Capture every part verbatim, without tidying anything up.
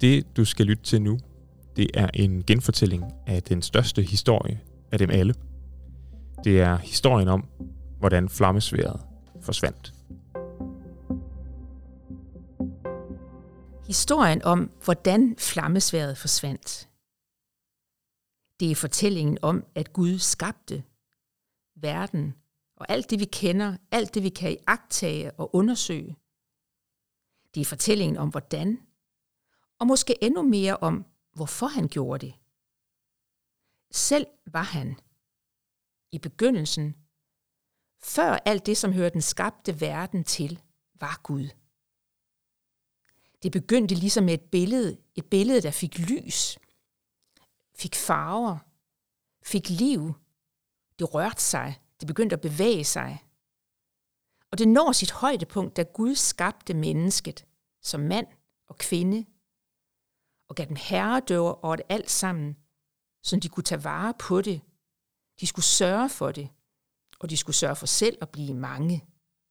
Det, du skal lytte til nu, det er en genfortælling af den største historie af dem alle. Det er historien om, hvordan flammesværdet forsvandt. Historien om, hvordan flammesværdet forsvandt. Det er fortællingen om, at Gud skabte verden og alt det, vi kender, alt det, vi kan iagttage og undersøge. Det er fortællingen om, hvordan, og måske endnu mere om, hvorfor han gjorde det. Selv var han i begyndelsen, før alt det, som hører den skabte verden til, var Gud. Det begyndte ligesom med et billede, et billede, der fik lys, fik farver, fik liv. Det rørte sig, det begyndte at bevæge sig. Og det når sit højdepunkt, da Gud skabte mennesket som mand og kvinde, og gav dem herredøver over det alt sammen, så de kunne tage vare på det. De skulle sørge for det, og de skulle sørge for selv at blive mange.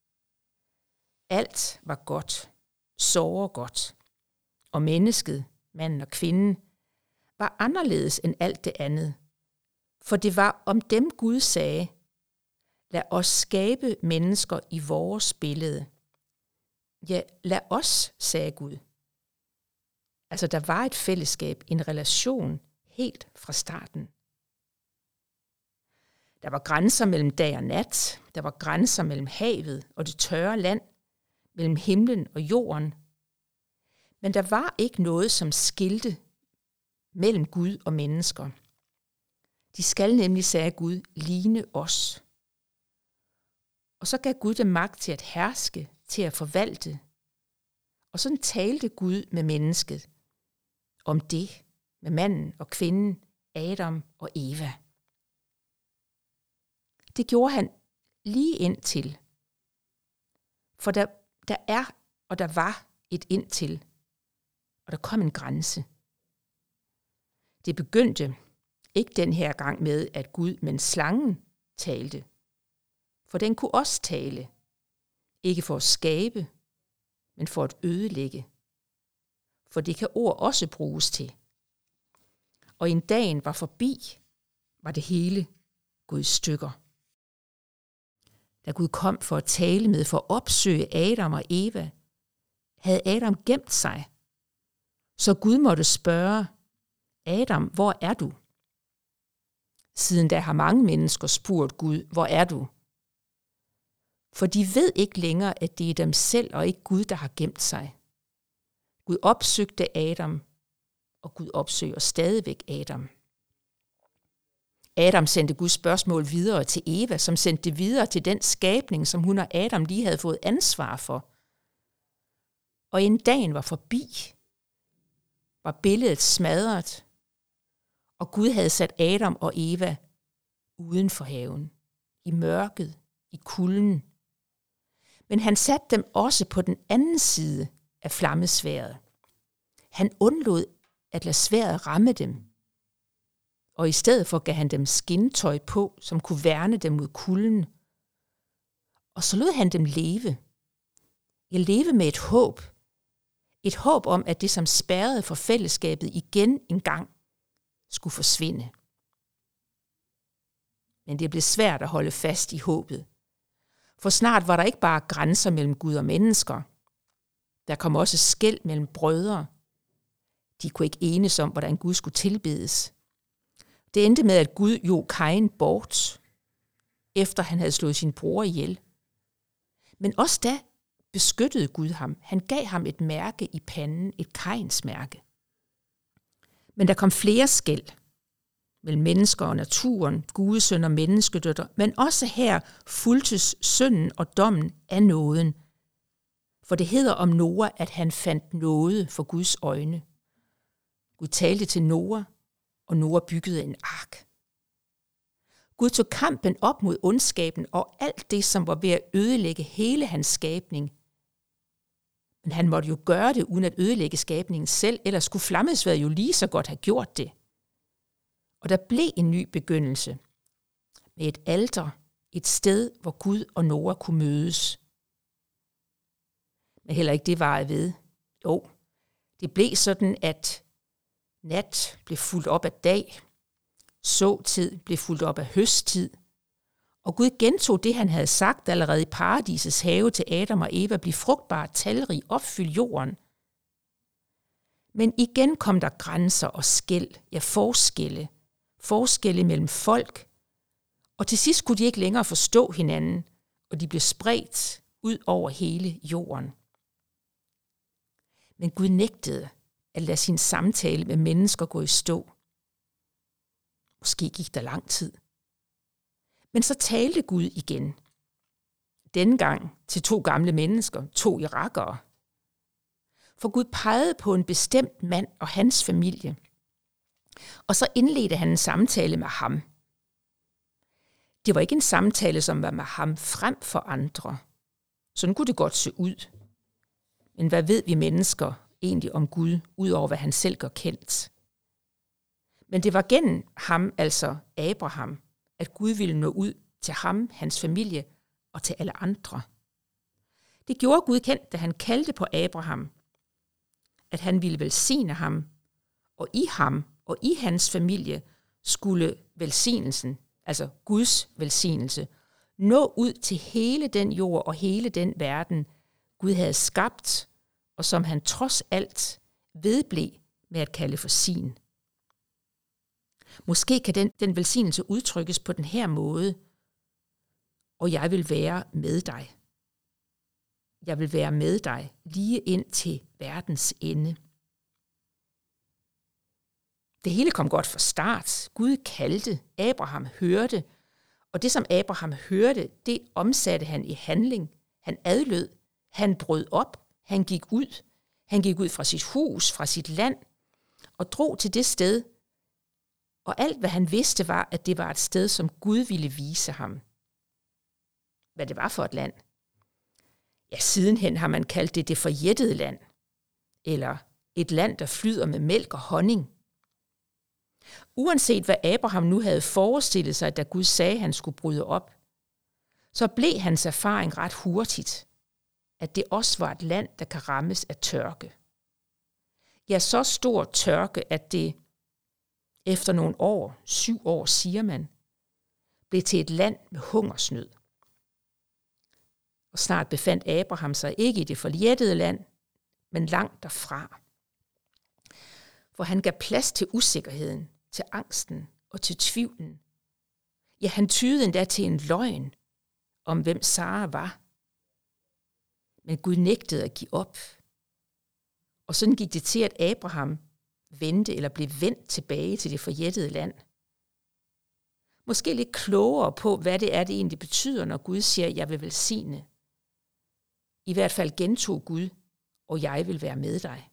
Alt var godt, såre godt, og mennesket, manden og kvinden, var anderledes end alt det andet. For det var om dem Gud sagde, lad os skabe mennesker i vores billede. Ja, lad os, sagde Gud. Altså, der var et fællesskab, en relation, helt fra starten. Der var grænser mellem dag og nat. Der var grænser mellem havet og det tørre land, mellem himlen og jorden. Men der var ikke noget, som skilte mellem Gud og mennesker. De skal nemlig, sagde Gud, ligne os. Og så gav Gud dem magt til at herske, til at forvalte. Og sådan talte Gud med mennesket om det, med manden og kvinden, Adam og Eva. Det gjorde han lige indtil. For der, der er, og der var et indtil, og der kom en grænse. Det begyndte ikke den her gang med, at Gud, men slangen talte. For den kunne også tale. Ikke for at skabe, men for at ødelægge. For det kan ord også bruges til. Og en dagen var forbi, var det hele gået i stykker. Da Gud kom for at tale med, for at opsøge Adam og Eva, havde Adam gemt sig. Så Gud måtte spørge, Adam, hvor er du? Siden da har mange mennesker spurgt Gud, hvor er du? For de ved ikke længere, at det er dem selv og ikke Gud, der har gemt sig. Gud opsøgte Adam, og Gud opsøger stadigvæk Adam. Adam sendte Guds spørgsmål videre til Eva, som sendte det videre til den skabning, som hun og Adam lige havde fået ansvar for. Og inden dagen var forbi, var billedet smadret, og Gud havde sat Adam og Eva uden for haven, i mørket, i kulden. Men han satte dem også på den anden side af flammesværdet. Han undlod at lade sværdet ramme dem, og i stedet for gav han dem skindtøj på, som kunne værne dem mod kulden. Og så lod han dem leve. Jeg leve med et håb. Et håb om, at det, som spærrede for fællesskabet igen en gang, skulle forsvinde. Men det blev svært at holde fast i håbet. For snart var der ikke bare grænser mellem Gud og mennesker. Der kom også skel mellem brødre. De kunne ikke enes om, hvordan Gud skulle tilbedes. Det endte med, at Gud jog Kain bort, efter han havde slået sin bror ihjel. Men også da beskyttede Gud ham. Han gav ham et mærke i panden, et Kains mærke. Men der kom flere skel mellem mennesker og naturen, gudesøn og menneskedøtter, men også her fuldtes synden og dommen af nåden. For det hedder om Noah, at han fandt nåde for Guds øjne. Gud talte til Noah, og Noah byggede en ark. Gud tog kampen op mod ondskaben og alt det, som var ved at ødelægge hele hans skabning. Men han måtte jo gøre det, uden at ødelægge skabningen selv, ellers skulle flammesværdet jo lige så godt have gjort det. Og der blev en ny begyndelse med et alter, et sted, hvor Gud og Noah kunne mødes. Men heller ikke det varede ved. Jo, Det blev sådan, at nat blev fulgt op af dag, såtid blev fulgt op af høsttid, og Gud gentog det, han havde sagt allerede i paradisets have til Adam og Eva, bliv frugtbare, talrig, opfyld jorden. Men igen kom der grænser og skel, ja forskelle, forskelle mellem folk, og til sidst kunne de ikke længere forstå hinanden, og de blev spredt ud over hele jorden. Men Gud nægtede at lade sin samtale med mennesker gå i stå. Måske gik der lang tid. Men så talte Gud igen. Denne gang til to gamle mennesker, to irakere. For Gud pegede på en bestemt mand og hans familie. Og så indledte han en samtale med ham. Det var ikke en samtale, som var med ham frem for andre. Sådan kunne det godt se ud. Men hvad ved vi mennesker egentlig om Gud, udover hvad han selv gør kendt? Men det var gennem ham, altså Abraham, at Gud ville nå ud til ham, hans familie og til alle andre. Det gjorde Gud kendt, da han kaldte på Abraham, at han ville velsigne ham, og i ham og i hans familie skulle velsignelsen, altså Guds velsignelse, nå ud til hele den jord og hele den verden, Gud havde skabt, og som han trods alt vedblev med at kalde for sin. Måske kan den, den velsignelse udtrykkes på den her måde, og jeg vil være med dig. Jeg vil være med dig lige ind til verdens ende. Det hele kom godt fra start. Gud kaldte, Abraham hørte, og det som Abraham hørte, det omsatte han i handling. Han adlød, han brød op, han gik ud. Han gik ud fra sit hus, fra sit land, og drog til det sted, og alt hvad han vidste var, at det var et sted, som Gud ville vise ham. Hvad det var for et land? Ja, sidenhen har man kaldt det det forjættede land, eller et land, der flyder med mælk og honning. Uanset hvad Abraham nu havde forestillet sig, da Gud sagde, at han skulle bryde op, så blev hans erfaring ret hurtigt, at det også var et land, der kan rammes af tørke. Ja, så stor tørke, at det efter nogle år, syv år siger man, blev til et land med hungersnød. Og snart befandt Abraham sig ikke i det forjættede land, men langt derfra. For han gav plads til usikkerheden, til angsten og til tvivlen. Ja, han tydede endda til en løgn om, hvem Sara var. Men Gud nægtede at give op. Og sådan gik det til, at Abraham vendte eller blev vendt tilbage til det forjættede land. Måske lidt klogere på, hvad det er, det egentlig betyder, når Gud siger, jeg vil velsigne. I hvert fald gentog Gud, og jeg vil være med dig.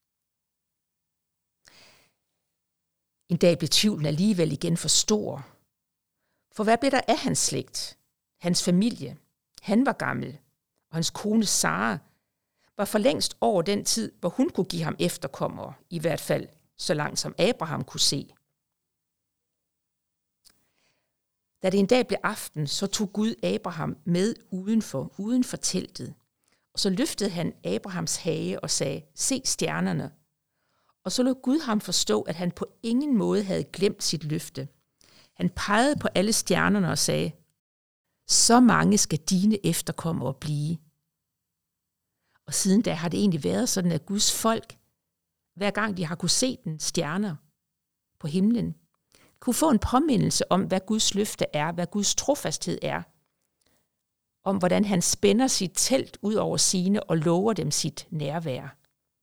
En dag blev tvivlen alligevel igen for stor. For hvad blev der af hans slægt? Hans familie? Han var gammel, og hans kone Sara var for længst over den tid, hvor hun kunne give ham efterkommere, i hvert fald så langt som Abraham kunne se. Da det en dag blev aften, så tog Gud Abraham med udenfor, uden for teltet. Og så løftede han Abrahams hage og sagde, se stjernerne. Og så lod Gud ham forstå, at han på ingen måde havde glemt sit løfte. Han pegede på alle stjernerne og sagde, så mange skal dine efterkommere blive. Og siden da har det egentlig været sådan, at Guds folk, hver gang de har kunne se den stjerner på himlen, kunne få en påmindelse om, hvad Guds løfte er, hvad Guds trofasthed er, om hvordan han spænder sit telt ud over sine og lover dem sit nærvær.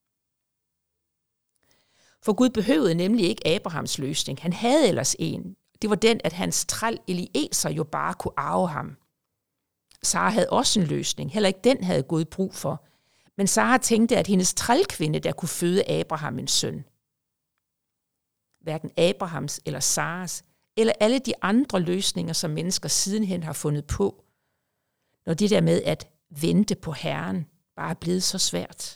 For Gud behøvede nemlig ikke Abrahams løsning. Han havde ellers en. Det var den, at hans træl Eliezer jo bare kunne arve ham. Sara havde også en løsning. Heller ikke den havde Gud brug for. Men Sara tænkte, at hendes trælkvinde, der kunne føde Abraham en søn. Hverken Abrahams eller Saras, eller alle de andre løsninger, som mennesker sidenhen har fundet på, når det der med at vente på Herren bare er blevet så svært.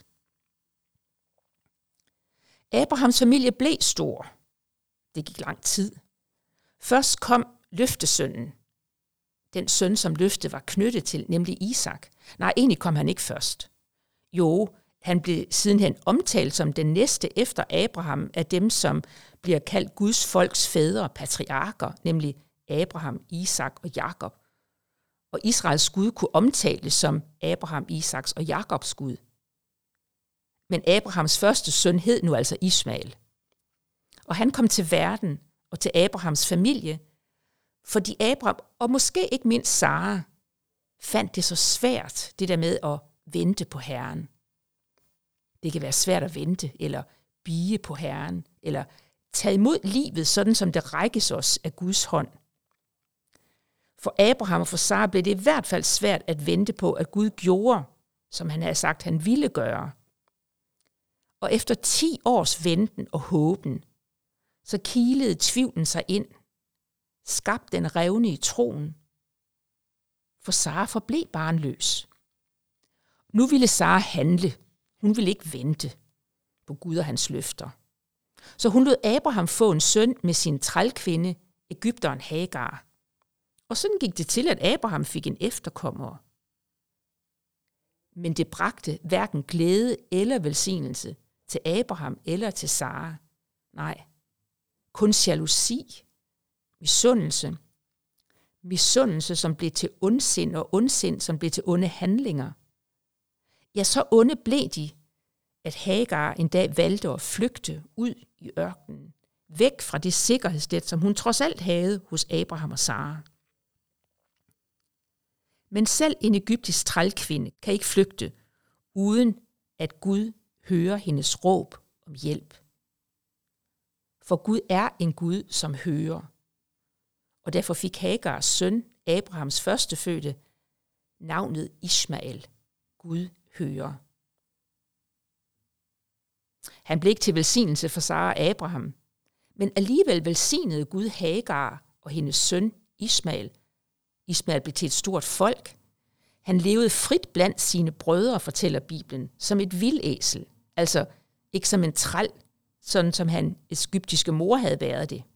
Abrahams familie blev stor. Det gik lang tid. Først kom løftesønnen. Den søn, som løftet var knyttet til, nemlig Isak. Nej, egentlig kom han ikke først. Jo, Han blev sidenhen omtalt som den næste efter Abraham af dem, som bliver kaldt Guds folks fædre, patriarker, nemlig Abraham, Isak og Jakob. Og Israels Gud kunne omtales som Abraham, Isaks og Jakobs Gud. Men Abrahams første søn hed nu altså Ismael. Og han kom til verden og til Abrahams familie, fordi Abraham, og måske ikke mindst Sara, fandt det så svært, det der med at vente på Herren. Det kan være svært at vente, eller bie på Herren, eller tage imod livet, sådan som det rækkes os af Guds hånd. For Abraham og for Sara blev det i hvert fald svært at vente på, at Gud gjorde, som han havde sagt, han ville gøre. Og efter ti års venten og håben, så kilede tvivlen sig ind, skabte den revne i troen, for Sara forblev barnløs. Nu ville Sara handle. Hun ville ikke vente på Gud og hans løfter. Så hun lod Abraham få en søn med sin trælkvinde, Egypteren Hagar. Og sådan gik det til, at Abraham fik en efterkommer. Men det bragte hverken glæde eller velsignelse til Abraham eller til Sara. Nej, kun jalousi, misundelse. Misundelse, som blev til ondsind, og ondsind, som blev til onde handlinger. Ja, så onde blev de, at Hagar en dag valgte at flygte ud i ørkenen, væk fra det sikkerhedsnet, som hun trods alt havde hos Abraham og Sara. Men selv en egyptisk trælkvinde kan ikke flygte, uden at Gud hører hendes råb om hjælp. For Gud er en Gud, som hører. Og derfor fik Hagars søn, Abrahams førstefødte, navnet Ismael. Gud hører. Han blev ikke til velsignelse for Sara og Abraham, men alligevel velsignede Gud Hagar og hendes søn Ismael. Ismael blev til et stort folk. Han levede frit blandt sine brødre, fortæller Bibelen, som et vildæsel, altså ikke som en træl, sådan som han egyptiske mor havde været det.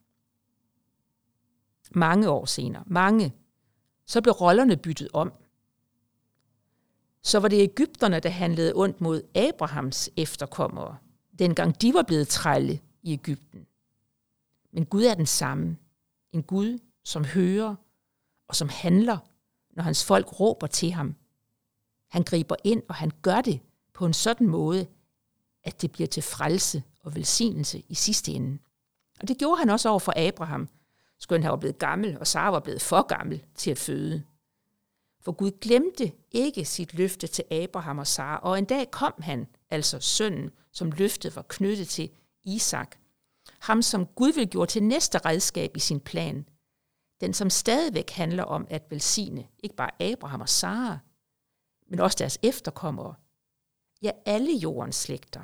Mange år senere, mange, så blev rollerne byttet om. Så var det egypterne, der handlede ondt mod Abrahams efterkommere, dengang de var blevet trælle i Egypten. Men Gud er den samme. En Gud, som hører og som handler, når hans folk råber til ham. Han griber ind, og han gør det på en sådan måde, at det bliver til frelse og velsignelse i sidste ende. Og det gjorde han også over for Abraham, skønt han var blevet gammel, og Sara var blevet for gammel til at føde. For Gud glemte ikke sit løfte til Abraham og Sara, og en dag kom han, altså sønnen, som løftet var knyttet til, Isak. Ham, som Gud ville gøre til næste redskab i sin plan. Den, som stadigvæk handler om at velsigne, ikke bare Abraham og Sara, men også deres efterkommere. Ja, alle jordens slægter.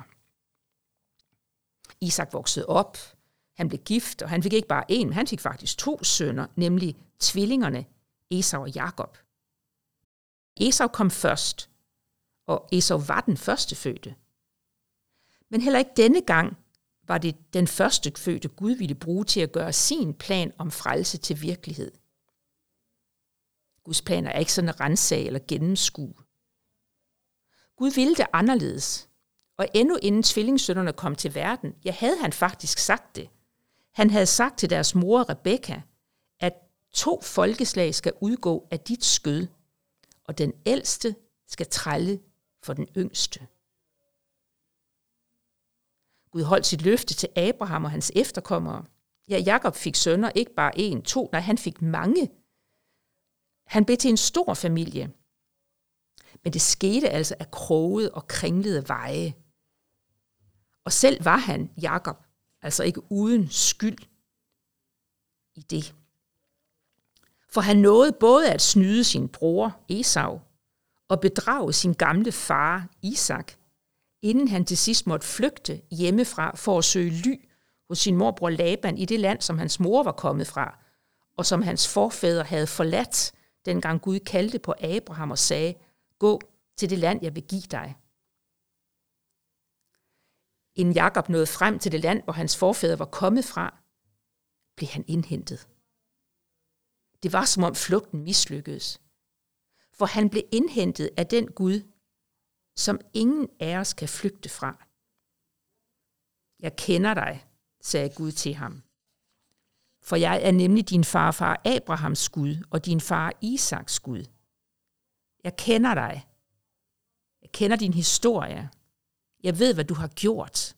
Isak voksede op, han blev gift, og han fik ikke bare en, men han fik faktisk to sønner, nemlig tvillingerne Esau og Jakob. Esau kom først, og Esau var den førstefødte. Men heller ikke denne gang var det den førstefødte Gud ville bruge til at gøre sin plan om frelse til virkelighed. Guds planer er ikke sådan at ransage eller gennemskue. Gud ville det anderledes, og endnu inden tvillingsønnerne kom til verden, ja, havde han faktisk sagt det. Han havde sagt til deres mor Rebekka, at to folkeslag skal udgå af dit skød, og den ældste skal trælle for den yngste. Gud holdt sit løfte til Abraham og hans efterkommere. Ja, Jakob fik sønner, ikke bare en, to, nej, han fik mange. Han blev til en stor familie. Men det skete altså af krogede og kringlede veje. Og selv var han, Jakob, altså ikke uden skyld i det. For han nåede både at snyde sin bror Esau og bedrage sin gamle far Isak, inden han til sidst måtte flygte hjemmefra for at søge ly hos sin morbror Laban i det land, som hans mor var kommet fra, og som hans forfædre havde forladt, dengang Gud kaldte på Abraham og sagde, gå til det land, jeg vil give dig. Inden Jakob nåede frem til det land, hvor hans forfædre var kommet fra, blev han indhentet. Det var som om flugten mislykkedes, for han blev indhentet af den Gud, som ingen af os kan flygte fra. Jeg kender dig, sagde Gud til ham. For jeg er nemlig din farfar Abrahams Gud og din far Isaks Gud. Jeg kender dig. Jeg kender din historie. Jeg ved, hvad du har gjort.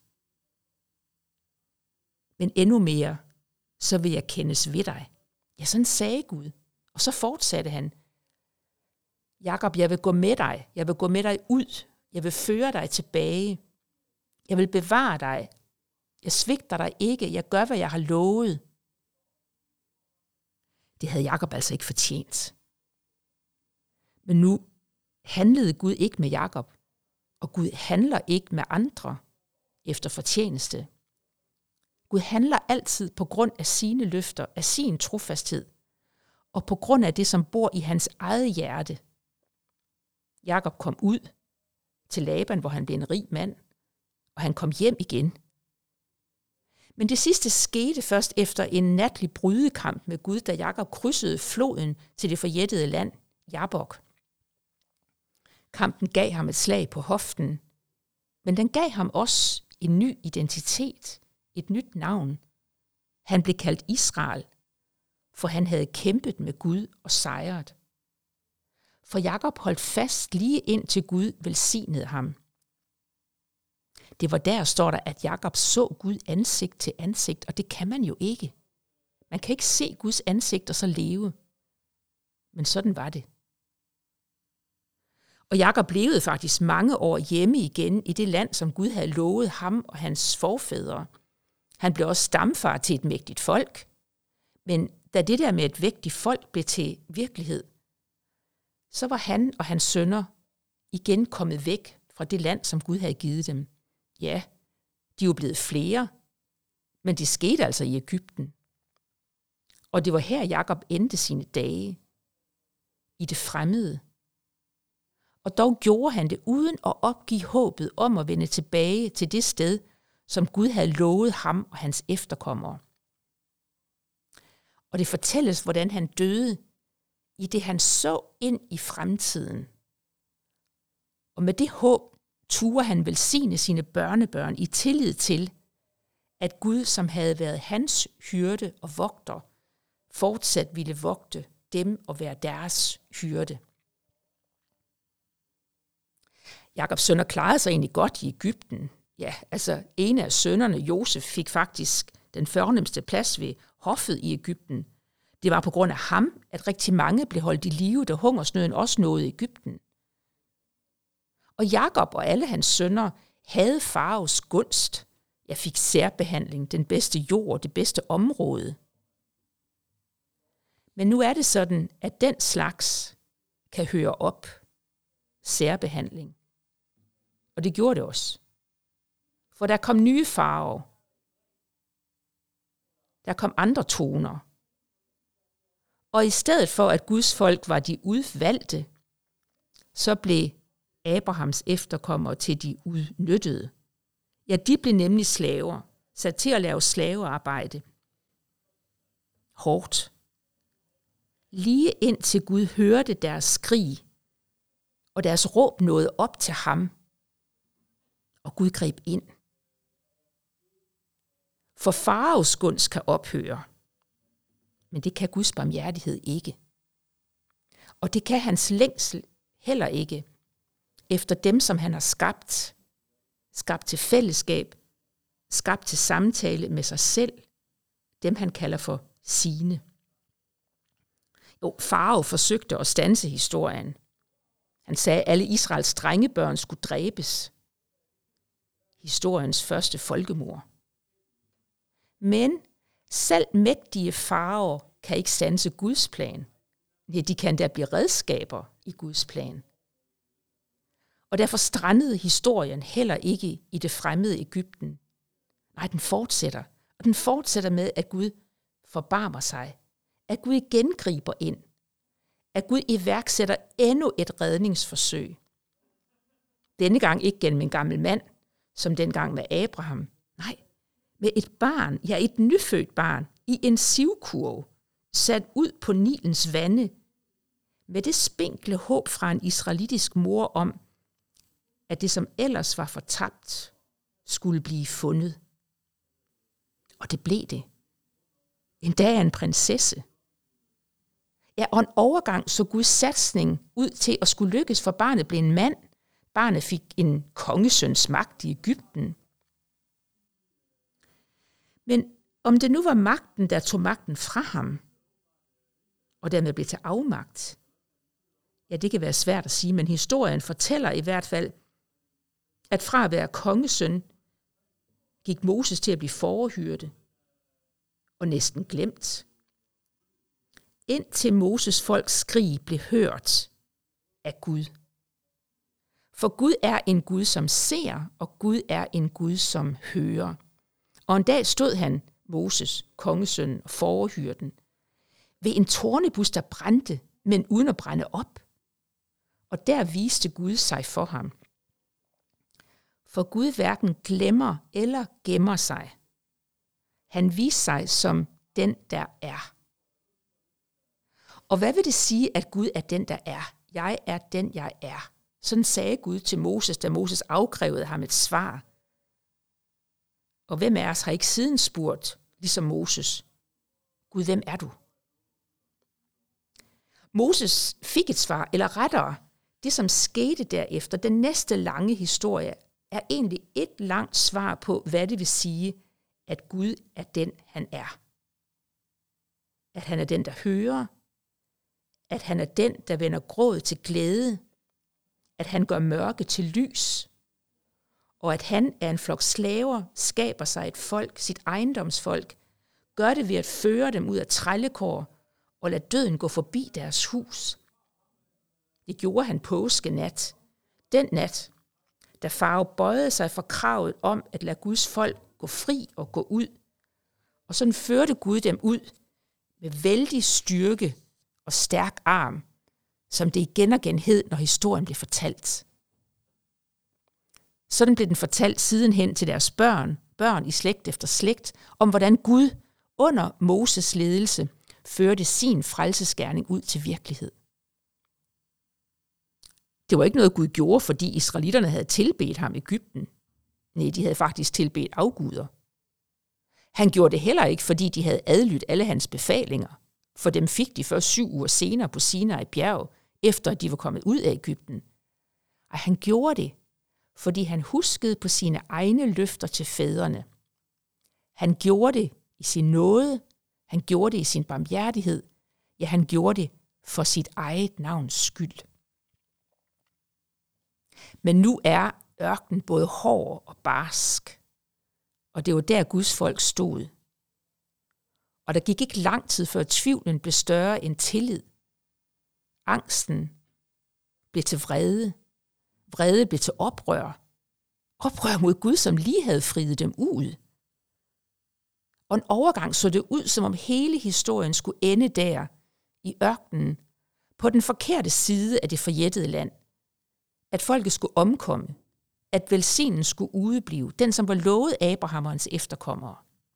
Men endnu mere, så vil jeg kendes ved dig. Ja, sådan sagde Gud. Og så fortsatte han. Jakob, jeg vil gå med dig. Jeg vil gå med dig ud. Jeg vil føre dig tilbage. Jeg vil bevare dig. Jeg svigter dig ikke. Jeg gør, hvad jeg har lovet. Det havde Jakob altså ikke fortjent. Men nu handlede Gud ikke med Jakob, og Gud handler ikke med andre efter fortjeneste. Gud handler altid på grund af sine løfter, af sin trofasthed, og på grund af det, som bor i hans eget hjerte. Jakob kom ud til Laban, hvor han blev en rig mand, og han kom hjem igen. Men det sidste skete først efter en natlig brydekamp med Gud, da Jakob krydsede floden til det forjættede land, Jabok. Kampen gav ham et slag på hoften, men den gav ham også en ny identitet, et nyt navn. Han blev kaldt Israel, for han havde kæmpet med Gud og sejret. For Jakob holdt fast lige indtil Gud velsignede ham. Det var der, står der, at Jakob så Gud ansigt til ansigt, og det kan man jo ikke. Man kan ikke se Guds ansigt og så leve. Men sådan var det. Og Jakob levede faktisk mange år hjemme igen i det land, som Gud havde lovet ham og hans forfædre. Han blev også stamfar til et mægtigt folk. Men da det der med et vægtigt folk blev til virkelighed, så var han og hans sønner igen kommet væk fra det land, som Gud havde givet dem. Ja, de er jo blevet flere, men det skete altså i Egypten. Og det var her, Jakob endte sine dage, i det fremmede. Og dog gjorde han det uden at opgive håbet om at vende tilbage til det sted, som Gud havde lovet ham og hans efterkommere. Og det fortælles, hvordan han døde, i det han så ind i fremtiden. Og med det håb turde han velsigne sine børnebørn i tillid til, at Gud, som havde været hans hyrde og vogter, fortsat ville vogte dem og være deres hyrde. Jakobs sønner klarede sig egentlig godt i Egypten. Ja, altså en af sønnerne, Josef, fik faktisk den fornemste plads ved hoffet i Egypten. Det var på grund af ham, at rigtig mange blev holdt i live, da hungersnøden også nåede Egypten. Og Jakob og alle hans sønner havde faraos gunst. Jeg fik særbehandling, den bedste jord, det bedste område. Men nu er det sådan, at den slags kan høre op. Særbehandling. Og det gjorde det også. For der kom nye farver. Der kom andre toner. Og i stedet for, at Guds folk var de udvalgte, så blev Abrahams efterkommere til de udnyttede. Ja, de blev nemlig slaver, sat til at lave slavearbejde. Hårdt. Lige indtil Gud hørte deres skrig, og deres råb nåede op til ham, og Gud greb ind. For faraos gunst kan ophøre, men det kan Guds barmhjertighed ikke. Og det kan hans længsel heller ikke, efter dem, som han har skabt, skabt til fællesskab, skabt til samtale med sig selv, dem han kalder for sine. Jo, farao forsøgte at standse historien. Han sagde, at alle Israels drengebørn skulle dræbes. Historiens første folkemord. Men selv mægtige farao kan ikke standse Guds plan. Ja, de kan da blive redskaber i Guds plan. Og derfor strandede historien heller ikke i det fremmede Egypten. Nej, den fortsætter. Og den fortsætter med, at Gud forbarmer sig. At Gud igen griber ind. At Gud iværksætter endnu et redningsforsøg. Denne gang ikke gennem en gammel mand, som dengang med Abraham. Nej, med et barn, ja et nyfødt barn, i en sivkurve, sat ud på Nilens vande, med det spinkle håb fra en israelitisk mor om, at det, som ellers var fortabt, skulle blive fundet. Og det blev det. Endda af en prinsesse. Ja, og en overgang så Guds satsning ud til at skulle lykkes, for barnet blev en mand. Barnet fik en kongesøns magt i Egypten. Men om det nu var magten, der tog magten fra ham, og dermed blev til afmagt, ja, det kan være svært at sige, men historien fortæller i hvert fald, at fra at være kongesøn, gik Moses til at blive fårehyrde, og næsten glemt. Indtil Moses folks skrig blev hørt af Gud. For Gud er en Gud, som ser, og Gud er en Gud, som hører. Og en dag stod han, Moses, kongesønnen og fårehyrden, ved en tornebus, der brændte, men uden at brænde op. Og der viste Gud sig for ham. For Gud hverken glemmer eller gemmer sig. Han viste sig som den, der er. Og hvad vil det sige, at Gud er den, der er? Jeg er den, jeg er. Sådan sagde Gud til Moses, da Moses afkrævede ham et svar. Og hvem af os har ikke siden spurgt, ligesom Moses, Gud, hvem er du? Moses fik et svar, eller rettere, det som skete derefter, den næste lange historie, er egentlig et langt svar på, hvad det vil sige, at Gud er den, han er. At han er den, der hører. At han er den, der vender gråd til glæde. At han gør mørke til lys. Og at han er en flok slaver, skaber sig et folk, sit ejendomsfolk, gør det ved at føre dem ud af trællekår og lade døden gå forbi deres hus. Det gjorde han påskenat. Den nat, da farao bøjede sig for kravet om at lade Guds folk gå fri og gå ud. Og sådan førte Gud dem ud med vældig styrke og stærk arm, som det igen og igen hed, når historien blev fortalt. Sådan blev den fortalt sidenhen til deres børn, børn i slægt efter slægt, om hvordan Gud under Moses ledelse førte sin frelsesgerning ud til virkelighed. Det var ikke noget, Gud gjorde, fordi israelitterne havde tilbedt ham i Egypten. Nej, de havde faktisk tilbedt afguder. Han gjorde det heller ikke, fordi de havde adlydt alle hans befalinger, for dem fik de først syv uger senere på Sinai bjerg, efter at de var kommet ud af Egypten. Og han gjorde det, fordi han huskede på sine egne løfter til fædrene. Han gjorde det i sin nåde, han gjorde det i sin barmhjertighed, ja, han gjorde det for sit eget navns skyld. Men nu er ørkenen både hård og barsk, og det var der Guds folk stod. Og der gik ikke lang tid, før tvivlen blev større end tillid. Angsten blev til vrede. Vrede blev til oprør. Oprør mod Gud, som lige havde friet dem ud. Og en overgang så det ud, som om hele historien skulle ende der, i ørkenen, på den forkerte side af det forjættede land. At folket skulle omkomme. At velsignen skulle udeblive. Den, som var lovet Abraham og hans efterkommere.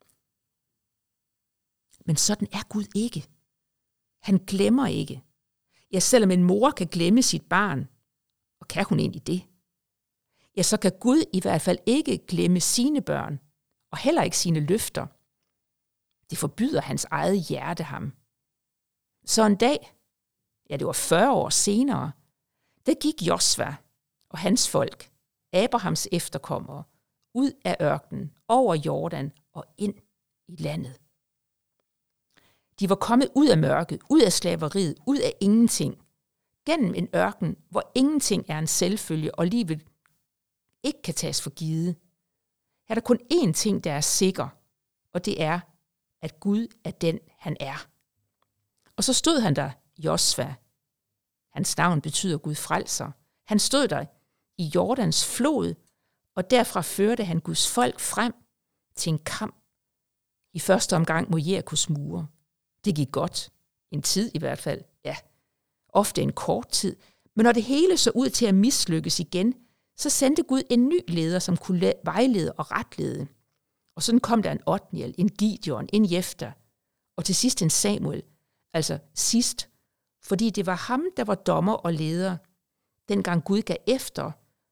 Men sådan er Gud ikke. Han glemmer ikke. Ja, selvom en mor kan glemme sit barn, og kan hun egentlig det? Ja, så kan Gud i hvert fald ikke glemme sine børn, og heller ikke sine løfter. Det forbyder hans eget hjerte ham. Så en dag, ja det var fyrre år senere, der gik Josva og hans folk, Abrahams efterkommere, ud af ørkenen, over Jordan og ind i landet. De var kommet ud af mørket, ud af slaveriet, ud af ingenting, gennem en ørken, hvor ingenting er en selvfølge, og livet ikke kan tages for givet. Her er der kun én ting, der er sikker, og det er, at Gud er den, han er. Og så stod han der, Josva. Hans navn betyder Gud frelser. Han stod der i Jordans flod, og derfra førte han Guds folk frem til en kamp. I første omgang mod Jerikos mure. Det gik godt. En tid i hvert fald. Ja, ofte en kort tid. Men når det hele så ud til at mislykkes igen, så sendte Gud en ny leder, som kunne vejlede og retlede. Og sådan kom der en Otniel, en Gideon, en Jefter, og til sidst en Samuel. Altså sidst, fordi det var ham, der var dommer og leder, dengang Gud gav efter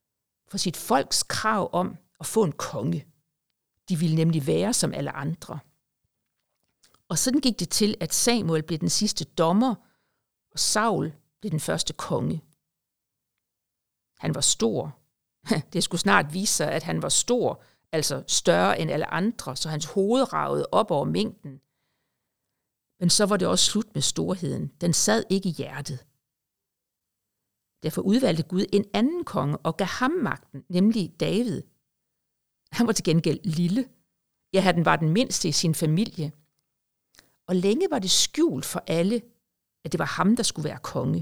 for sit folks krav om at få en konge. De ville nemlig være som alle andre. Og sådan gik det til, at Samuel blev den sidste dommer, og Saul blev den første konge. Han var stor. Det skulle snart vise sig, at han var stor, altså større end alle andre, så hans hoved ragede op over mængden. Men så var det også slut med storheden. Den sad ikke i hjertet. Derfor udvalgte Gud en anden konge og gav ham magten, nemlig David. Han var til gengæld lille. Ja, han var den mindste i sin familie. Og længe var det skjult for alle, at det var ham, der skulle være konge.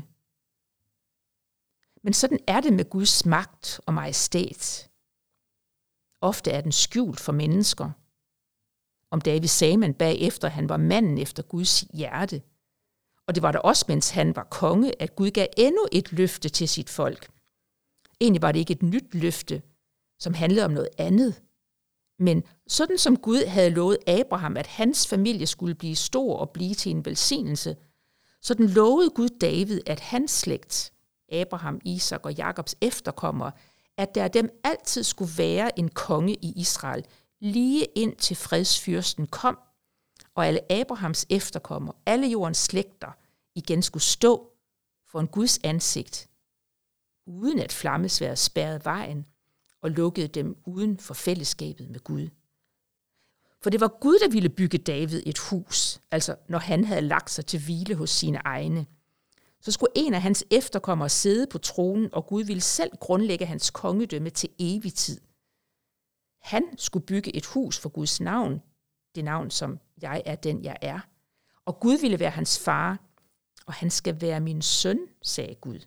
Men sådan er det med Guds magt og majestæt. Ofte er den skjult for mennesker. Om David sagde man bagefter, han var manden efter Guds hjerte. Og det var der også, mens han var konge, at Gud gav endnu et løfte til sit folk. Egentlig var det ikke et nyt løfte, som handlede om noget andet. Men sådan som Gud havde lovet Abraham, at hans familie skulle blive stor og blive til en velsignelse, sådan lovede Gud David, at hans slægt, Abraham, Isak og Jakobs efterkommere, at der dem altid skulle være en konge i Israel, lige indtil fredsfyrsten kom, og alle Abrahams efterkommere, alle jordens slægter, igen skulle stå for en Guds ansigt, uden at flammesværdet spærrede vejen og lukkede dem uden for fællesskabet med Gud. For det var Gud, der ville bygge David et hus, altså når han havde lagt sig til hvile hos sine egne. Så skulle en af hans efterkommere sidde på tronen, og Gud ville selv grundlægge hans kongedømme til evig tid. Han skulle bygge et hus for Guds navn, det navn, som jeg er den, jeg er. Og Gud ville være hans far, og han skal være min søn, sagde Gud.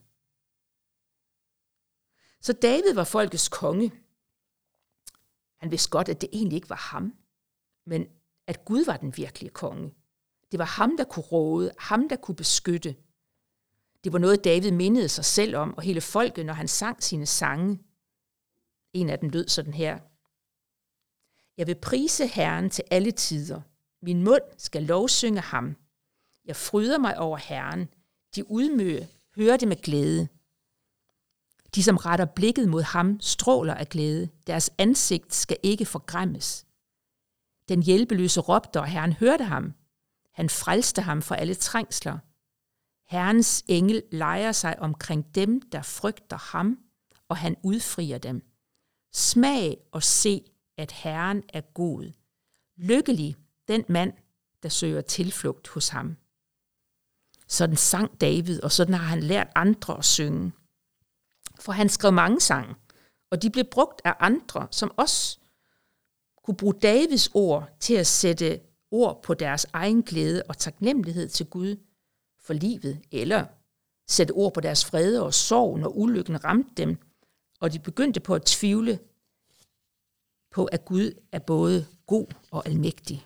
Så David var folkets konge. Han vidste godt, at det egentlig ikke var ham, men at Gud var den virkelige konge. Det var ham, der kunne råde, ham, der kunne beskytte. Det var noget, David mindede sig selv om, og hele folket, når han sang sine sange. En af dem lød sådan her. Jeg vil prise Herren til alle tider. Min mund skal lovsynge ham. Jeg fryder mig over Herren. De udmøge hører det med glæde. De, som retter blikket mod ham, stråler af glæde. Deres ansigt skal ikke forgræmmes. Den hjælpeløse råbte, og Herren hørte ham. Han frelste ham fra alle trængsler. Herrens engel leger sig omkring dem, der frygter ham, og han udfrier dem. Smag og se, at Herren er god. Lykkelig den mand, der søger tilflugt hos ham. Sådan sang David, og sådan har han lært andre at synge. For han skrev mange sange, og de blev brugt af andre, som også kunne bruge Davids ord til at sætte ord på deres egen glæde og taknemmelighed til Gud for livet, eller sætte ord på deres vrede og sorg, når ulykken ramte dem, og de begyndte på at tvivle på, at Gud er både god og almægtig.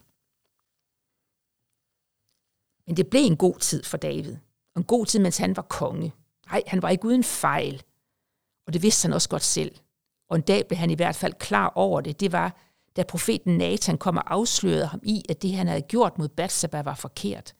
Men det blev en god tid for David, og en god tid, mens han var konge. Nej, han var ikke uden fejl, og det vidste han også godt selv. Og en dag blev han i hvert fald klar over det. Det var, da profeten Nathan kom og afslørede ham i, at det, han havde gjort mod Batseba, var forkert.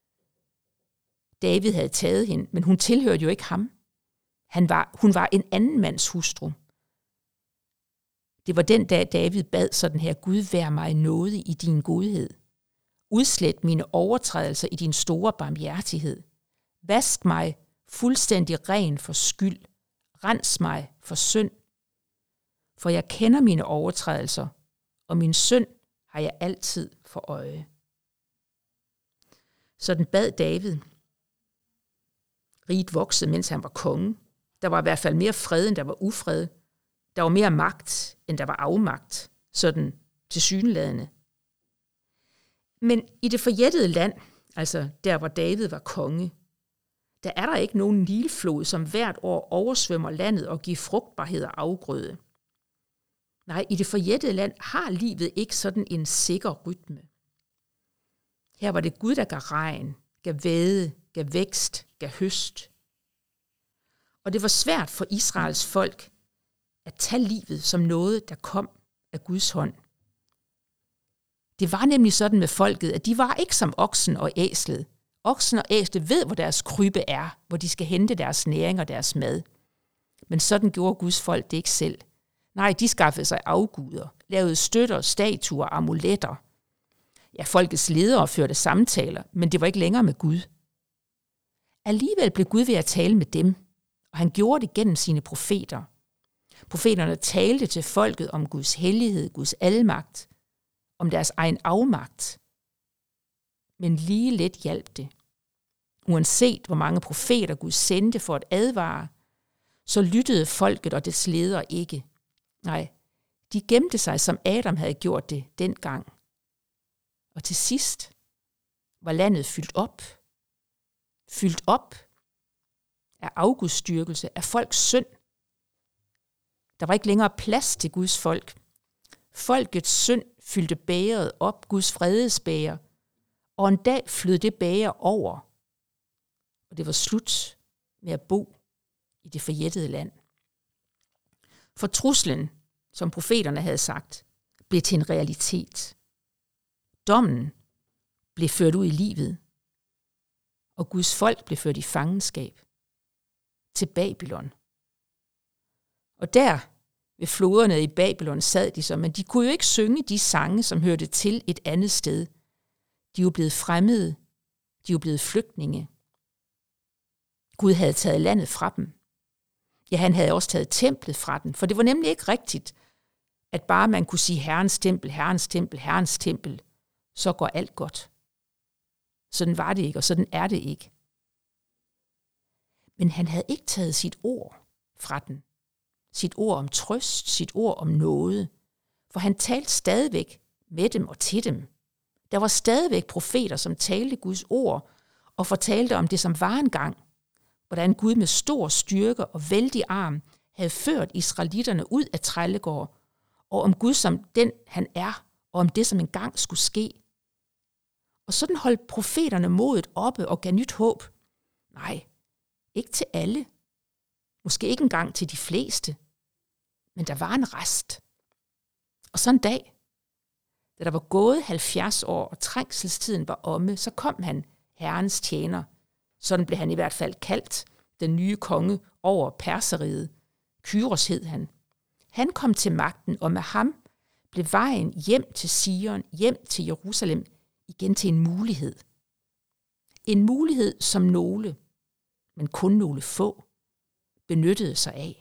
David havde taget hende, men hun tilhørte jo ikke ham. Han var, hun var en anden mands hustru. Det var den dag, David bad sådan her, Gud vær mig nådig i din godhed. Udslet mine overtrædelser i din store barmhjertighed. Vask mig fuldstændig ren for skyld. Rens mig for synd. For jeg kender mine overtrædelser, og min synd har jeg altid for øje. Sådan bad David. Riget voksede, mens han var konge. Der var i hvert fald mere fred, end der var ufred. Der var mere magt, end der var afmagt, sådan tilsyneladende. Men i det forjættede land, altså der, hvor David var konge, der er der ikke nogen Nilflod, som hvert år oversvømmer landet og giver frugtbarhed og afgrøde. Nej, i det forjættede land har livet ikke sådan en sikker rytme. Her var det Gud, der gav regn, gav væde, gav vækst, gav høst. Og det var svært for Israels folk at tage livet som noget, der kom af Guds hånd. Det var nemlig sådan med folket, at de var ikke som oksen og æslet. Oksen og æslet ved, hvor deres krybe er, hvor de skal hente deres næring og deres mad. Men sådan gjorde Guds folk det ikke selv. Nej, de skaffede sig afguder, lavede støtter, statuer, amuletter. Ja, folkets ledere førte samtaler, men det var ikke længere med Gud. Alligevel blev Gud ved at tale med dem, og han gjorde det gennem sine profeter. Profeterne talte til folket om Guds hellighed, Guds almagt, om deres egen afmagt. Men lige lidt hjalp det. Uanset hvor mange profeter Gud sendte for at advare, så lyttede folket og dets ledere ikke. Nej, de gemte sig, som Adam havde gjort det dengang. Og til sidst var landet fyldt op. Fyldt op af afgudstyrkelse, af folks synd. Der var ikke længere plads til Guds folk. Folkets synd fyldte bægeret op, Guds fredesbæger, og en dag flød det bæger over. Og det var slut med at bo i det forjættede land. For truslen, som profeterne havde sagt, blev til en realitet. Dommen blev ført ud i livet, og Guds folk blev ført i fangenskab til Babylon. Og der ved floderne i Babylon sad de så, men de kunne jo ikke synge de sange, som hørte til et andet sted. De var blevet fremmede, de var blevet flygtninge. Gud havde taget landet fra dem. Ja, han havde også taget templet fra dem, for det var nemlig ikke rigtigt, at bare man kunne sige Herrens tempel, Herrens tempel, Herrens tempel, så går alt godt. Sådan var det ikke, og sådan er det ikke. Men han havde ikke taget sit ord fra den. Sit ord om trøst, sit ord om nåde. For han talte stadigvæk med dem og til dem. Der var stadigvæk profeter, som talte Guds ord og fortalte om det, som var engang. Hvordan Gud med stor styrke og vældig arm havde ført israelitterne ud af trællegård, og om Gud som den, han er, og om det, som engang skulle ske. Og sådan holdt profeterne modet oppe og gav nyt håb. Nej, ikke til alle. Måske ikke engang til de fleste. Men der var en rest. Og så en dag, da der var gået halvfjerds år, og trængselstiden var omme, så kom han, Herrens tjener. Sådan blev han i hvert fald kaldt, den nye konge over Perseriget. Kyros hed han. Han kom til magten, og med ham blev vejen hjem til Sion, hjem til Jerusalem, igen til en mulighed. En mulighed, som nogle, men kun nogle få, benyttede sig af.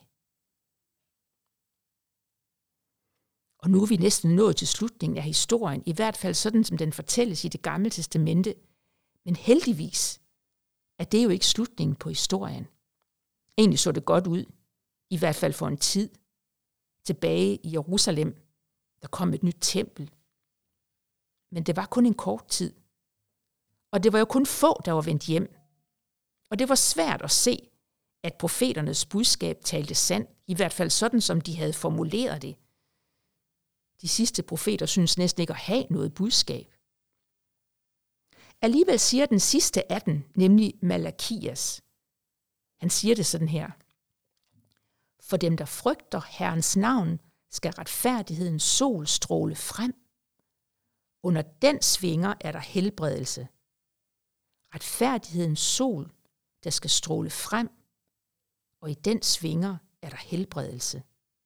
Og nu er vi næsten nået til slutningen af historien, i hvert fald sådan, som den fortælles i Det Gamle Testamente. Men heldigvis er det jo ikke slutningen på historien. Egentlig så det godt ud, i hvert fald for en tid. Tilbage i Jerusalem, der kom et nyt tempel. Men det var kun en kort tid. Og det var jo kun få, der var vendt hjem. Og det var svært at se, at profeternes budskab talte sandt, i hvert fald sådan, som de havde formuleret det. De sidste profeter synes næsten ikke at have noget budskab. Alligevel siger den sidste af dem, nemlig Malakias. Han siger det sådan her. For dem, der frygter Herrens navn, skal retfærdighedens sol stråle frem. Under den svinger er der helbredelse. Retfærdighedens sol, der skal stråle frem, og i den svinger er der helbredelse.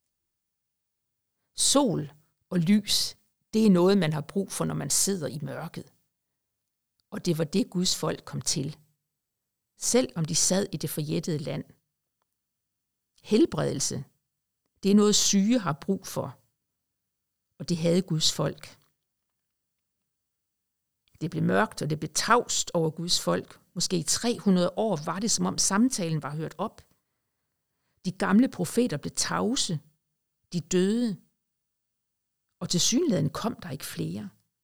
Sol og lys, det er noget, man har brug for, når man sidder i mørket. Og det var det, Guds folk kom til. Selv om de sad i det forjættede land. Helbredelse, det er noget syge har brug for. Og det havde Guds folk. Det blev mørkt, og det blev tavst over Guds folk. Måske i tre hundrede år var det, som om samtalen var hørt op. De gamle profeter blev tavse. De døde. Og tilsyneladende kom der ikke flere.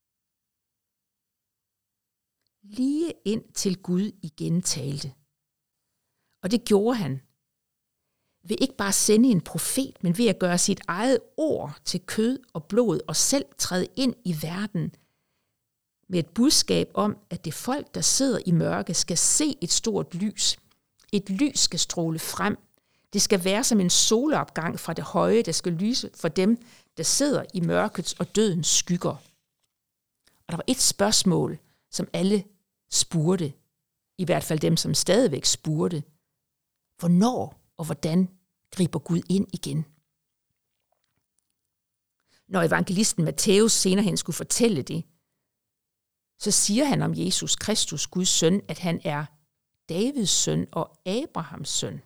Lige ind til Gud igen talte. Og det gjorde han. Ved ikke bare sende en profet, men ved at gøre sit eget ord til kød og blod og selv træde ind i verden med et budskab om, at det folk, der sidder i mørke, skal se et stort lys. Et lys skal stråle frem. Det skal være som en solopgang fra det høje, der skal lyse for dem, der sidder i mørkets og dødens skygger. Og der var et spørgsmål, som alle spurgte, i hvert fald dem, som stadigvæk spurgte. Hvornår og hvordan griber Gud ind igen. Når evangelisten Matthæus senere hen skulle fortælle det, så siger han om Jesus Kristus, Guds søn, at han er Davids søn og Abrahams søn.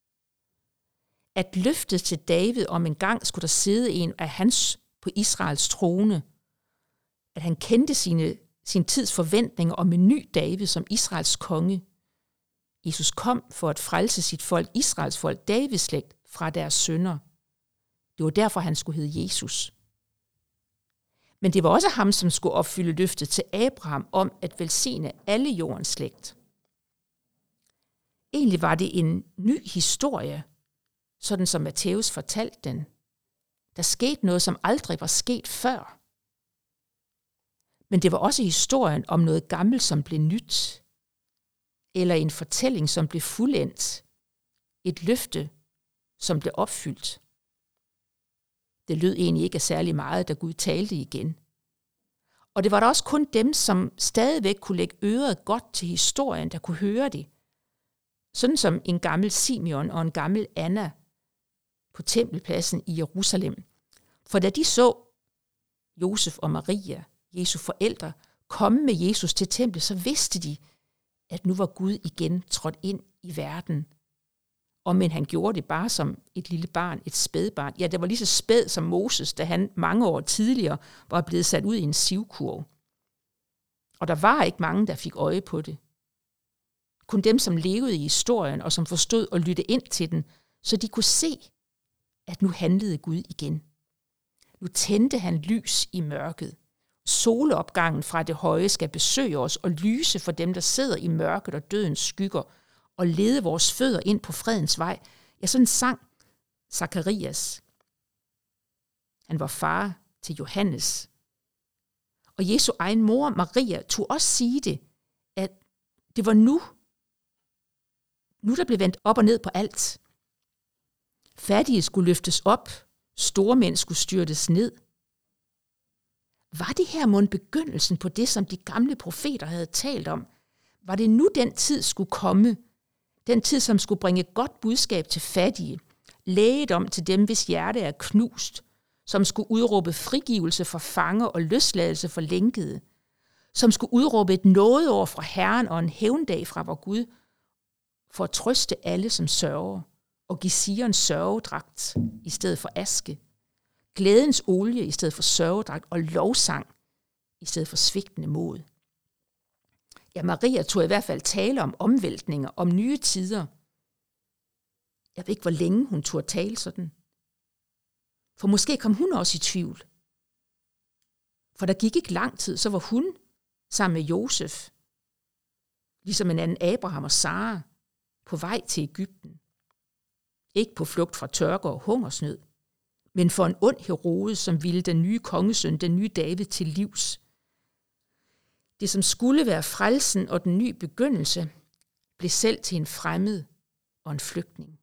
At løftet til David om en gang skulle der sidde en af hans på Israels trone, at han kendte sine, sin tids forventninger om en ny David som Israels konge. Jesus kom for at frelse sit folk, Israels folk, Davids slægt, fra deres synder. Det var derfor, han skulle hedde Jesus. Men det var også ham, som skulle opfylde løftet til Abraham om at velsigne alle jordens slægt. Egentlig var det en ny historie, sådan som Matthæus fortalte den. Der skete noget, som aldrig var sket før. Men det var også historien om noget gammelt, som blev nyt, eller en fortælling, som blev fuldendt, et løfte, som blev opfyldt. Det lød egentlig ikke særlig meget, da Gud talte igen. Og det var da også kun dem, som stadigvæk kunne lægge øret godt til historien, der kunne høre det. Sådan som en gammel Simeon og en gammel Anna på tempelpladsen i Jerusalem. For da de så Josef og Maria, Jesu forældre, komme med Jesus til templet, så vidste de, at nu var Gud igen trådt ind i verden. Og men han gjorde det bare som et lille barn, et spædbarn. Ja, det var lige så spæd som Moses, da han mange år tidligere var blevet sat ud i en sivkurv. Og der var ikke mange, der fik øje på det. Kun dem, som levede i historien, og som forstod at lytte ind til den, så de kunne se, at nu handlede Gud igen. Nu tændte han lys i mørket. Solopgangen fra det høje skal besøge os og lyse for dem, der sidder i mørket og dødens skygger, og lede vores fødder ind på fredens vej. Ja, sådan sang Zakarias. Han var far til Johannes. Og Jesu egen mor, Maria, tog også sige det, at det var nu, nu der blev vendt op og ned på alt. Fattige skulle løftes op, store mænd skulle styrtes ned. Var det her mon begyndelsen på det, som de gamle profeter havde talt om? Var det nu den tid skulle komme? Den tid, som skulle bringe godt budskab til fattige, lægedom til dem, hvis hjerte er knust, som skulle udråbe frigivelse for fanger og løsladelse for lænkede, som skulle udråbe et nådeår fra Herren og en hævndag fra vor Gud, for at trøste alle, som sørger, og give Sion sørgedragt i stedet for aske, glædens olie i stedet for sørgedragt og lovsang i stedet for svigtende mod. Ja, Maria tog i hvert fald tale om omvæltninger, om nye tider. Jeg ved ikke, hvor længe hun turde tale sådan. For måske kom hun også i tvivl. For der gik ikke lang tid, så var hun sammen med Josef, ligesom en anden Abraham og Sara, på vej til Egypten. Ikke på flugt fra tørke og hungersnød, men for en ond Herodes, som ville den nye kongesøn, den nye David, til livs. Det, som skulle være frelsen og den nye begyndelse, blev selv til en fremmed og en flygtning.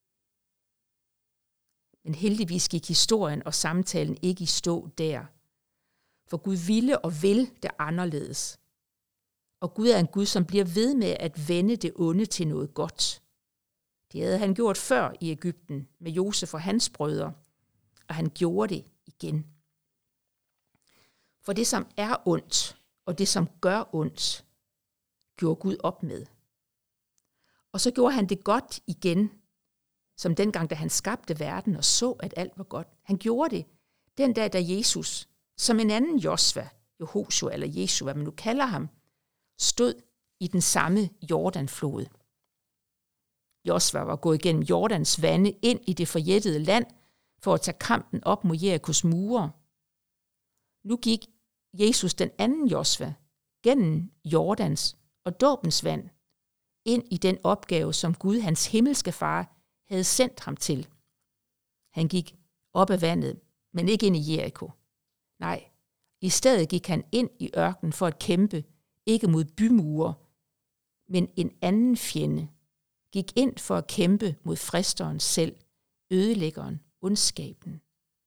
Men heldigvis gik historien og samtalen ikke i stå der. For Gud ville og vil det anderledes. Og Gud er en Gud, som bliver ved med at vende det onde til noget godt. Det havde han gjort før i Egypten med Josef og hans brødre, og han gjorde det igen. For det, som er ondt, og det, som gør ondt, gjorde Gud op med. Og så gjorde han det godt igen, som dengang, da han skabte verden og så, at alt var godt. Han gjorde det den dag, da Jesus, som en anden Josva, Jehosua eller Jesu, hvad man nu kalder ham, stod i den samme Jordanflod. Josva var gået gennem Jordans vande ind i det forjættede land for at tage kampen op mod Jerikos mure. Nu gik Jesus, den anden Josva, gennem Jordans og dåbens vand ind i den opgave, som Gud, hans himmelske far, havde sendt ham til. Han gik op ad vandet, men ikke ind i Jeriko. Nej, i stedet gik han ind i ørkenen for at kæmpe, ikke mod bymure, men en anden fjende. Gik ind for at kæmpe mod fristeren selv, ødelæggeren, ondskaben.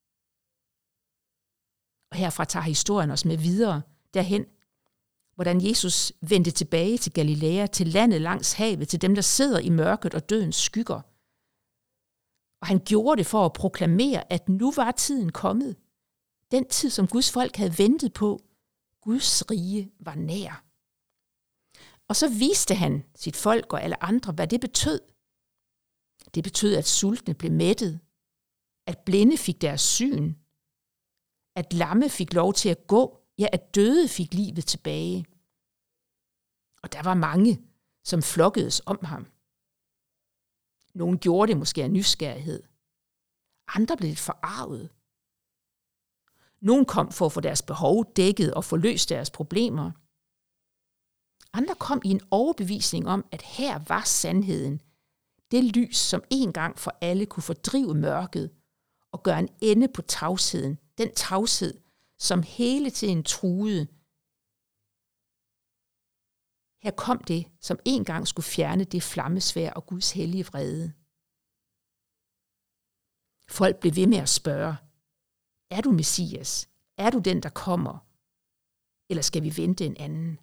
Og herfra tager historien os med videre derhen, hvordan Jesus vendte tilbage til Galilea, til landet langs havet, til dem, der sidder i mørket og dødens skygger. Og han gjorde det for at proklamere, at nu var tiden kommet. Den tid, som Guds folk havde ventet på. Guds rige var nær. Og så viste han sit folk og alle andre, hvad det betød. Det betød, at sultne blev mættet, at blinde fik deres syn, at lamme fik lov til at gå, ja, at døde fik livet tilbage. Og der var mange, som flokkedes om ham. Nogle gjorde det måske af nysgerrighed. Andre blev lidt forarvet. Nogle kom for at få deres behov dækket og få løst deres problemer. Andre kom i en overbevisning om, at her var sandheden. Det lys, som en gang for alle kunne fordrive mørket og gøre en ende på tavsheden. Den tavshed, som hele tiden truede. Her kom det, som en gang skulle fjerne det flammesværd og Guds hellige vrede. Folk blev ved med at spørge, er du Messias? Er du den, der kommer? Eller skal vi vente en anden?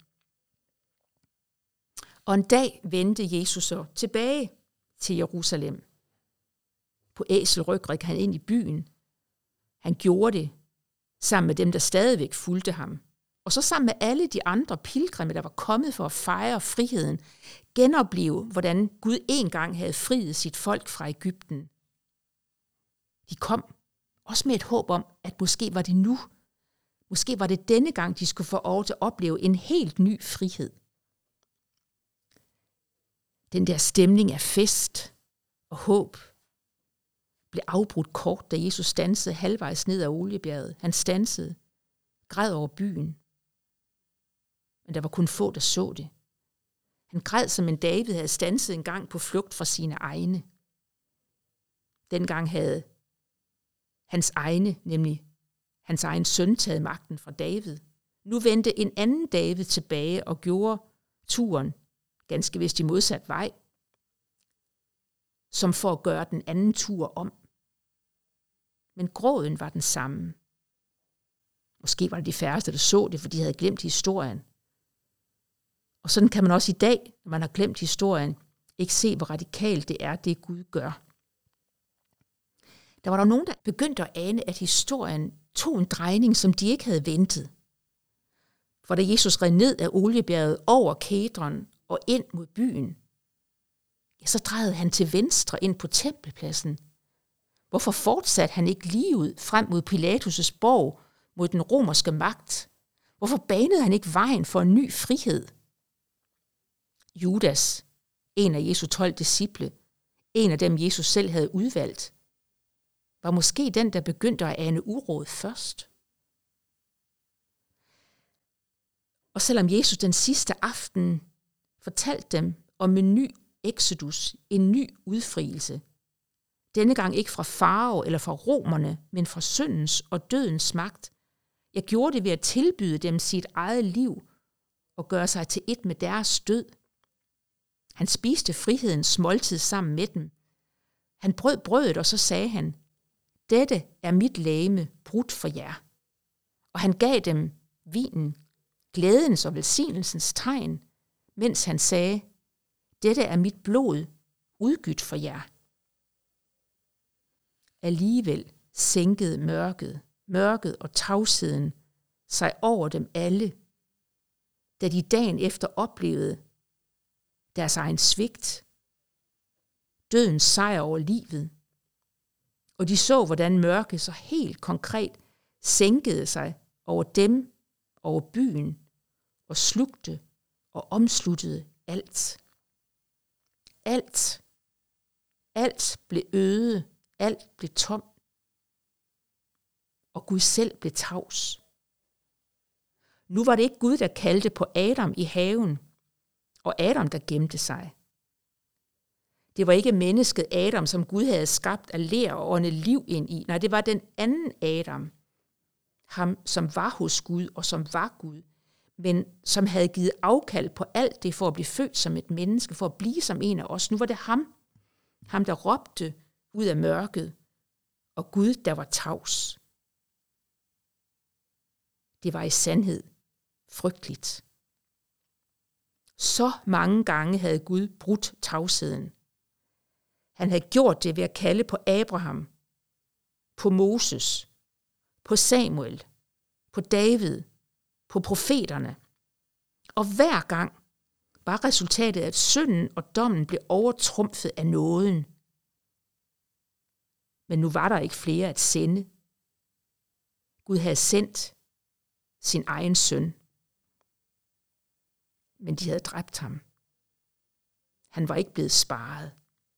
Og en dag vendte Jesus så tilbage til Jerusalem. På æselryg gik han ind i byen. Han gjorde det sammen med dem, der stadigvæk fulgte ham. Og så sammen med alle de andre pilgrimme, der var kommet for at fejre friheden, genopleve, hvordan Gud engang havde friet sit folk fra Egypten. De kom også med et håb om, at måske var det nu. Måske var det denne gang, de skulle få over til at opleve en helt ny frihed. Den der stemning af fest og håb blev afbrudt kort, da Jesus standsede halvvejs ned ad Oliebjerget. Han standsede, græd over byen. Men der var kun få, der så det. Han græd, som en David havde standset en gang på flugt fra sine egne. Dengang havde hans egne, nemlig hans egen søn, taget magten fra David. Nu vendte en anden David tilbage og gjorde turen, ganske vist i modsat vej, som for at gøre den anden tur om. Men gråden var den samme. Måske var det de færreste, der så det, for de havde glemt historien. Og sådan kan man også i dag, når man har glemt historien, ikke se, hvor radikalt det er, det Gud gør. Der var der nogen, der begyndte at ane, at historien tog en drejning, som de ikke havde ventet. For da Jesus red ned af Oliebjerget over Kedron og ind mod byen, ja, så drejede han til venstre ind på tempelpladsen. Hvorfor fortsatte han ikke lige ud frem mod Pilatus' borg, mod den romerske magt? Hvorfor banede han ikke vejen for en ny frihed? Judas, en af Jesu tolv disciple, en af dem Jesus selv havde udvalgt, var måske den, der begyndte at ane uråd først. Og selvom Jesus den sidste aften fortalte dem om en ny exodus, en ny udfrielse, denne gang ikke fra farao eller fra romerne, men fra syndens og dødens magt, jeg gjorde det ved at tilbyde dem sit eget liv og gøre sig til et med deres død. Han spiste frihedens måltid sammen med dem. Han brød brødet, og så sagde han, dette er mit legeme brudt for jer. Og han gav dem vinen, glædens og velsignelsens tegn, mens han sagde, dette er mit blod, udgydt for jer. Alligevel sænkede mørket, mørket og tavsheden sig over dem alle, da de dagen efter oplevede deres egen svigt, dødens sejr over livet, og de så, hvordan mørket så helt konkret sænkede sig over dem, over byen, og slugte og omsluttede alt. Alt. Alt blev øde, alt blev tom, og Gud selv blev tavs. Nu var det ikke Gud, der kaldte på Adam i haven, og Adam, der gemte sig. Det var ikke mennesket Adam, som Gud havde skabt af ler og åndet liv ind i. Nej, det var den anden Adam, ham som var hos Gud og som var Gud, men som havde givet afkald på alt det for at blive født som et menneske, for at blive som en af os. Nu var det ham, ham der råbte ud af mørket, og Gud, der var tavs. Det var i sandhed frygteligt. Så mange gange havde Gud brudt tavsheden. Han havde gjort det ved at kalde på Abraham, på Moses, på Samuel, på David, på profeterne. Og hver gang var resultatet, at synden og dommen blev overtrumfet af nåden. Men nu var der ikke flere at sende. Gud havde sendt sin egen søn. Men de havde dræbt ham. Han var ikke blevet sparet.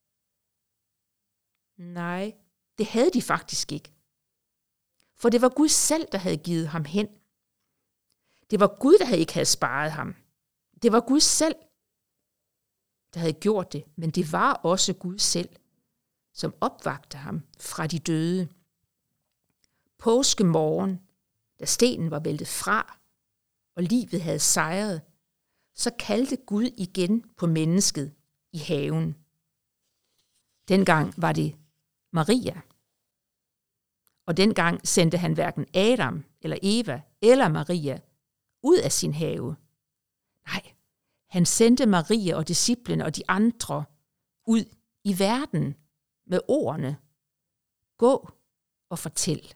Nej, det havde de faktisk ikke. For det var Gud selv, der havde givet ham hen. Det var Gud, der ikke havde sparet ham. Det var Gud selv, der havde gjort det, men det var også Gud selv, som opvagte ham fra de døde. Påskemorgen, da stenen var væltet fra, og livet havde sejret, så kaldte Gud igen på mennesket i haven. Dengang var det Maria. Og dengang sendte han hverken Adam eller Eva eller Maria ud af sin have. Nej, han sendte Maria og disciplene og de andre ud i verden med ordene: gå og fortæl.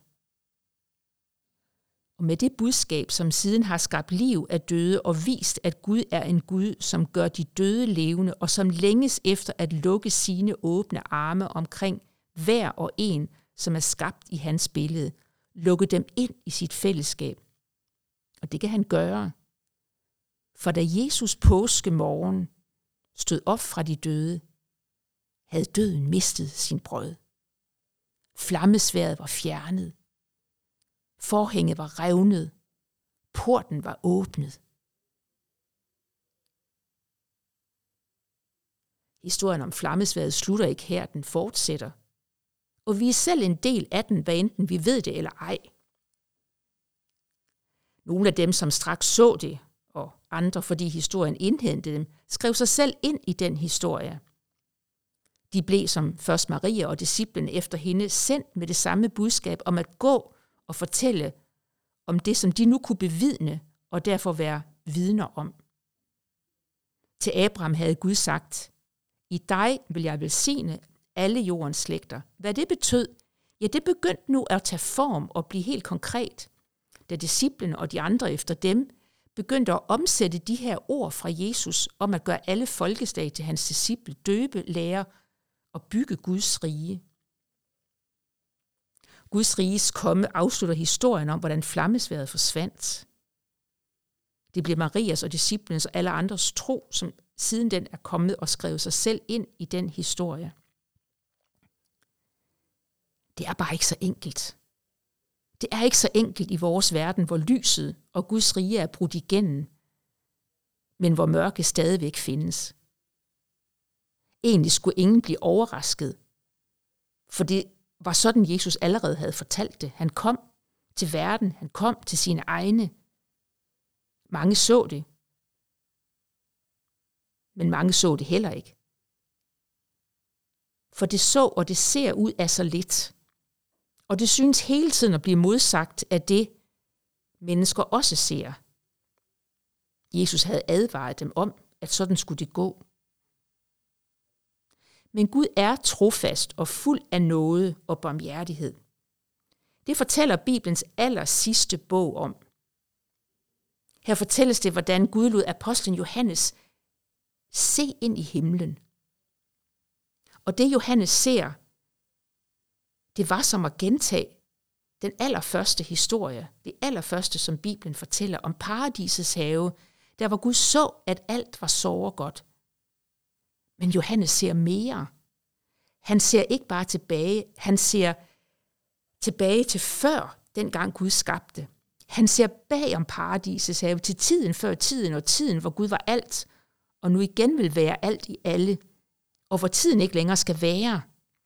Og med det budskab, som siden har skabt liv af døde og vist, at Gud er en Gud, som gør de døde levende, og som længes efter at lukke sine åbne arme omkring hver og en, som er skabt i hans billede, lukke dem ind i sit fællesskab. Og det kan han gøre. For da Jesus påskemorgen stod op fra de døde, havde døden mistet sin brød. Flammesværdet var fjernet. Forhænget var revnet. Porten var åbnet. Historien om flammesværdet slutter ikke her, den fortsætter. Og vi er selv en del af den, hvad enten vi ved det eller ej. Nogle af dem, som straks så det, og andre, fordi historien indhentede dem, skrev sig selv ind i den historie. De blev som først Maria og disciplen efter hende sendt med det samme budskab om at gå og fortælle om det, som de nu kunne bevidne og derfor være vidner om. Til Abraham havde Gud sagt: i dig vil jeg velsigne alle jordens slægter. Hvad det betød, ja, det begyndte nu at tage form og blive helt konkret, da disciplene og de andre efter dem begyndte at omsætte de her ord fra Jesus om at gøre alle folkeslag til hans disciple, døbe, lære og bygge Guds rige. Guds riges komme afslutter historien om, hvordan flammesværdet forsvandt. Det bliver Marias og disciplens og alle andres tro, som siden den er kommet og skrevet sig selv ind i den historie. Det er bare ikke så enkelt. Det er ikke så enkelt i vores verden, hvor lyset og Guds rige er brudt igennem, men hvor mørke stadigvæk findes. Egentlig skulle ingen blive overrasket, for det var sådan, Jesus allerede havde fortalt det. Han kom til verden, han kom til sine egne. Mange så det, men mange så det heller ikke. For det så og det ser ud af så lidt. Og det synes hele tiden at blive modsagt af det, mennesker også ser. Jesus havde advaret dem om, at sådan skulle det gå. Men Gud er trofast og fuld af nåde og barmhjertighed. Det fortæller Bibelens aller sidste bog om. Her fortælles det, hvordan Gud lod apostlen Johannes se ind i himlen. Og det Johannes ser, det var som at gentage den allerførste historie, det allerførste, som Bibelen fortæller om paradisets have, der hvor Gud så, at alt var såre godt. Men Johannes ser mere. Han ser ikke bare tilbage, han ser tilbage til før, dengang Gud skabte. Han ser bag om paradisets have, til tiden før tiden, og tiden, hvor Gud var alt, og nu igen vil være alt i alle, og hvor tiden ikke længere skal være.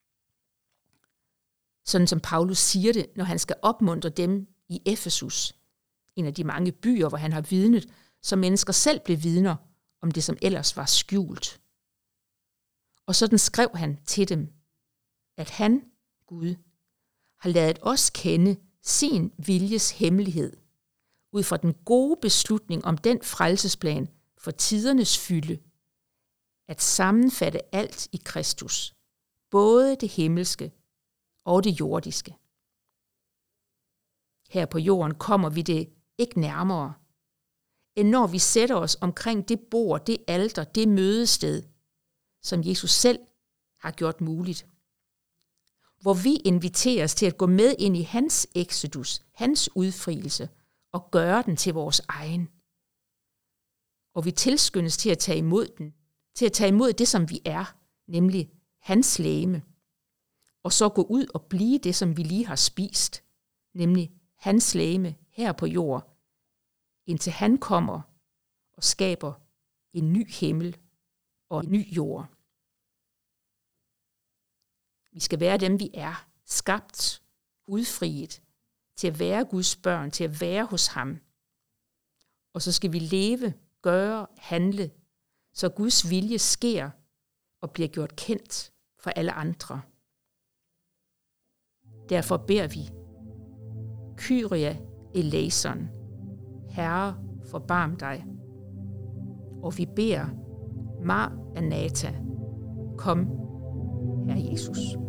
Sådan som Paulus siger det, når han skal opmuntre dem i Efesus, en af de mange byer, hvor han har vidnet, så mennesker selv blev vidner om det, som ellers var skjult. Og sådan skrev han til dem, at han, Gud, har ladet os kende sin viljes hemmelighed, ud fra den gode beslutning om den frelsesplan for tidernes fylde, at sammenfatte alt i Kristus, både det himmelske og det jordiske. Her på jorden kommer vi det ikke nærmere, end når vi sætter os omkring det bord, det alter, det mødested, som Jesus selv har gjort muligt. Hvor vi inviteres til at gå med ind i hans exodus, hans udfrielse, og gøre den til vores egen. Og vi tilskyndes til at tage imod den, til at tage imod det, som vi er, nemlig hans legeme, og så gå ud og blive det, som vi lige har spist, nemlig hans legeme her på jord, indtil han kommer og skaber en ny himmel og en ny jord. Vi skal være dem, vi er, skabt, udfriet, til at være Guds børn, til at være hos ham. Og så skal vi leve, gøre, handle, så Guds vilje sker og bliver gjort kendt for alle andre. Derfor beder vi, Kyrie eleison, Herre, forbarm dig. Og vi beder, Mar Anata, kom, Herre Jesus.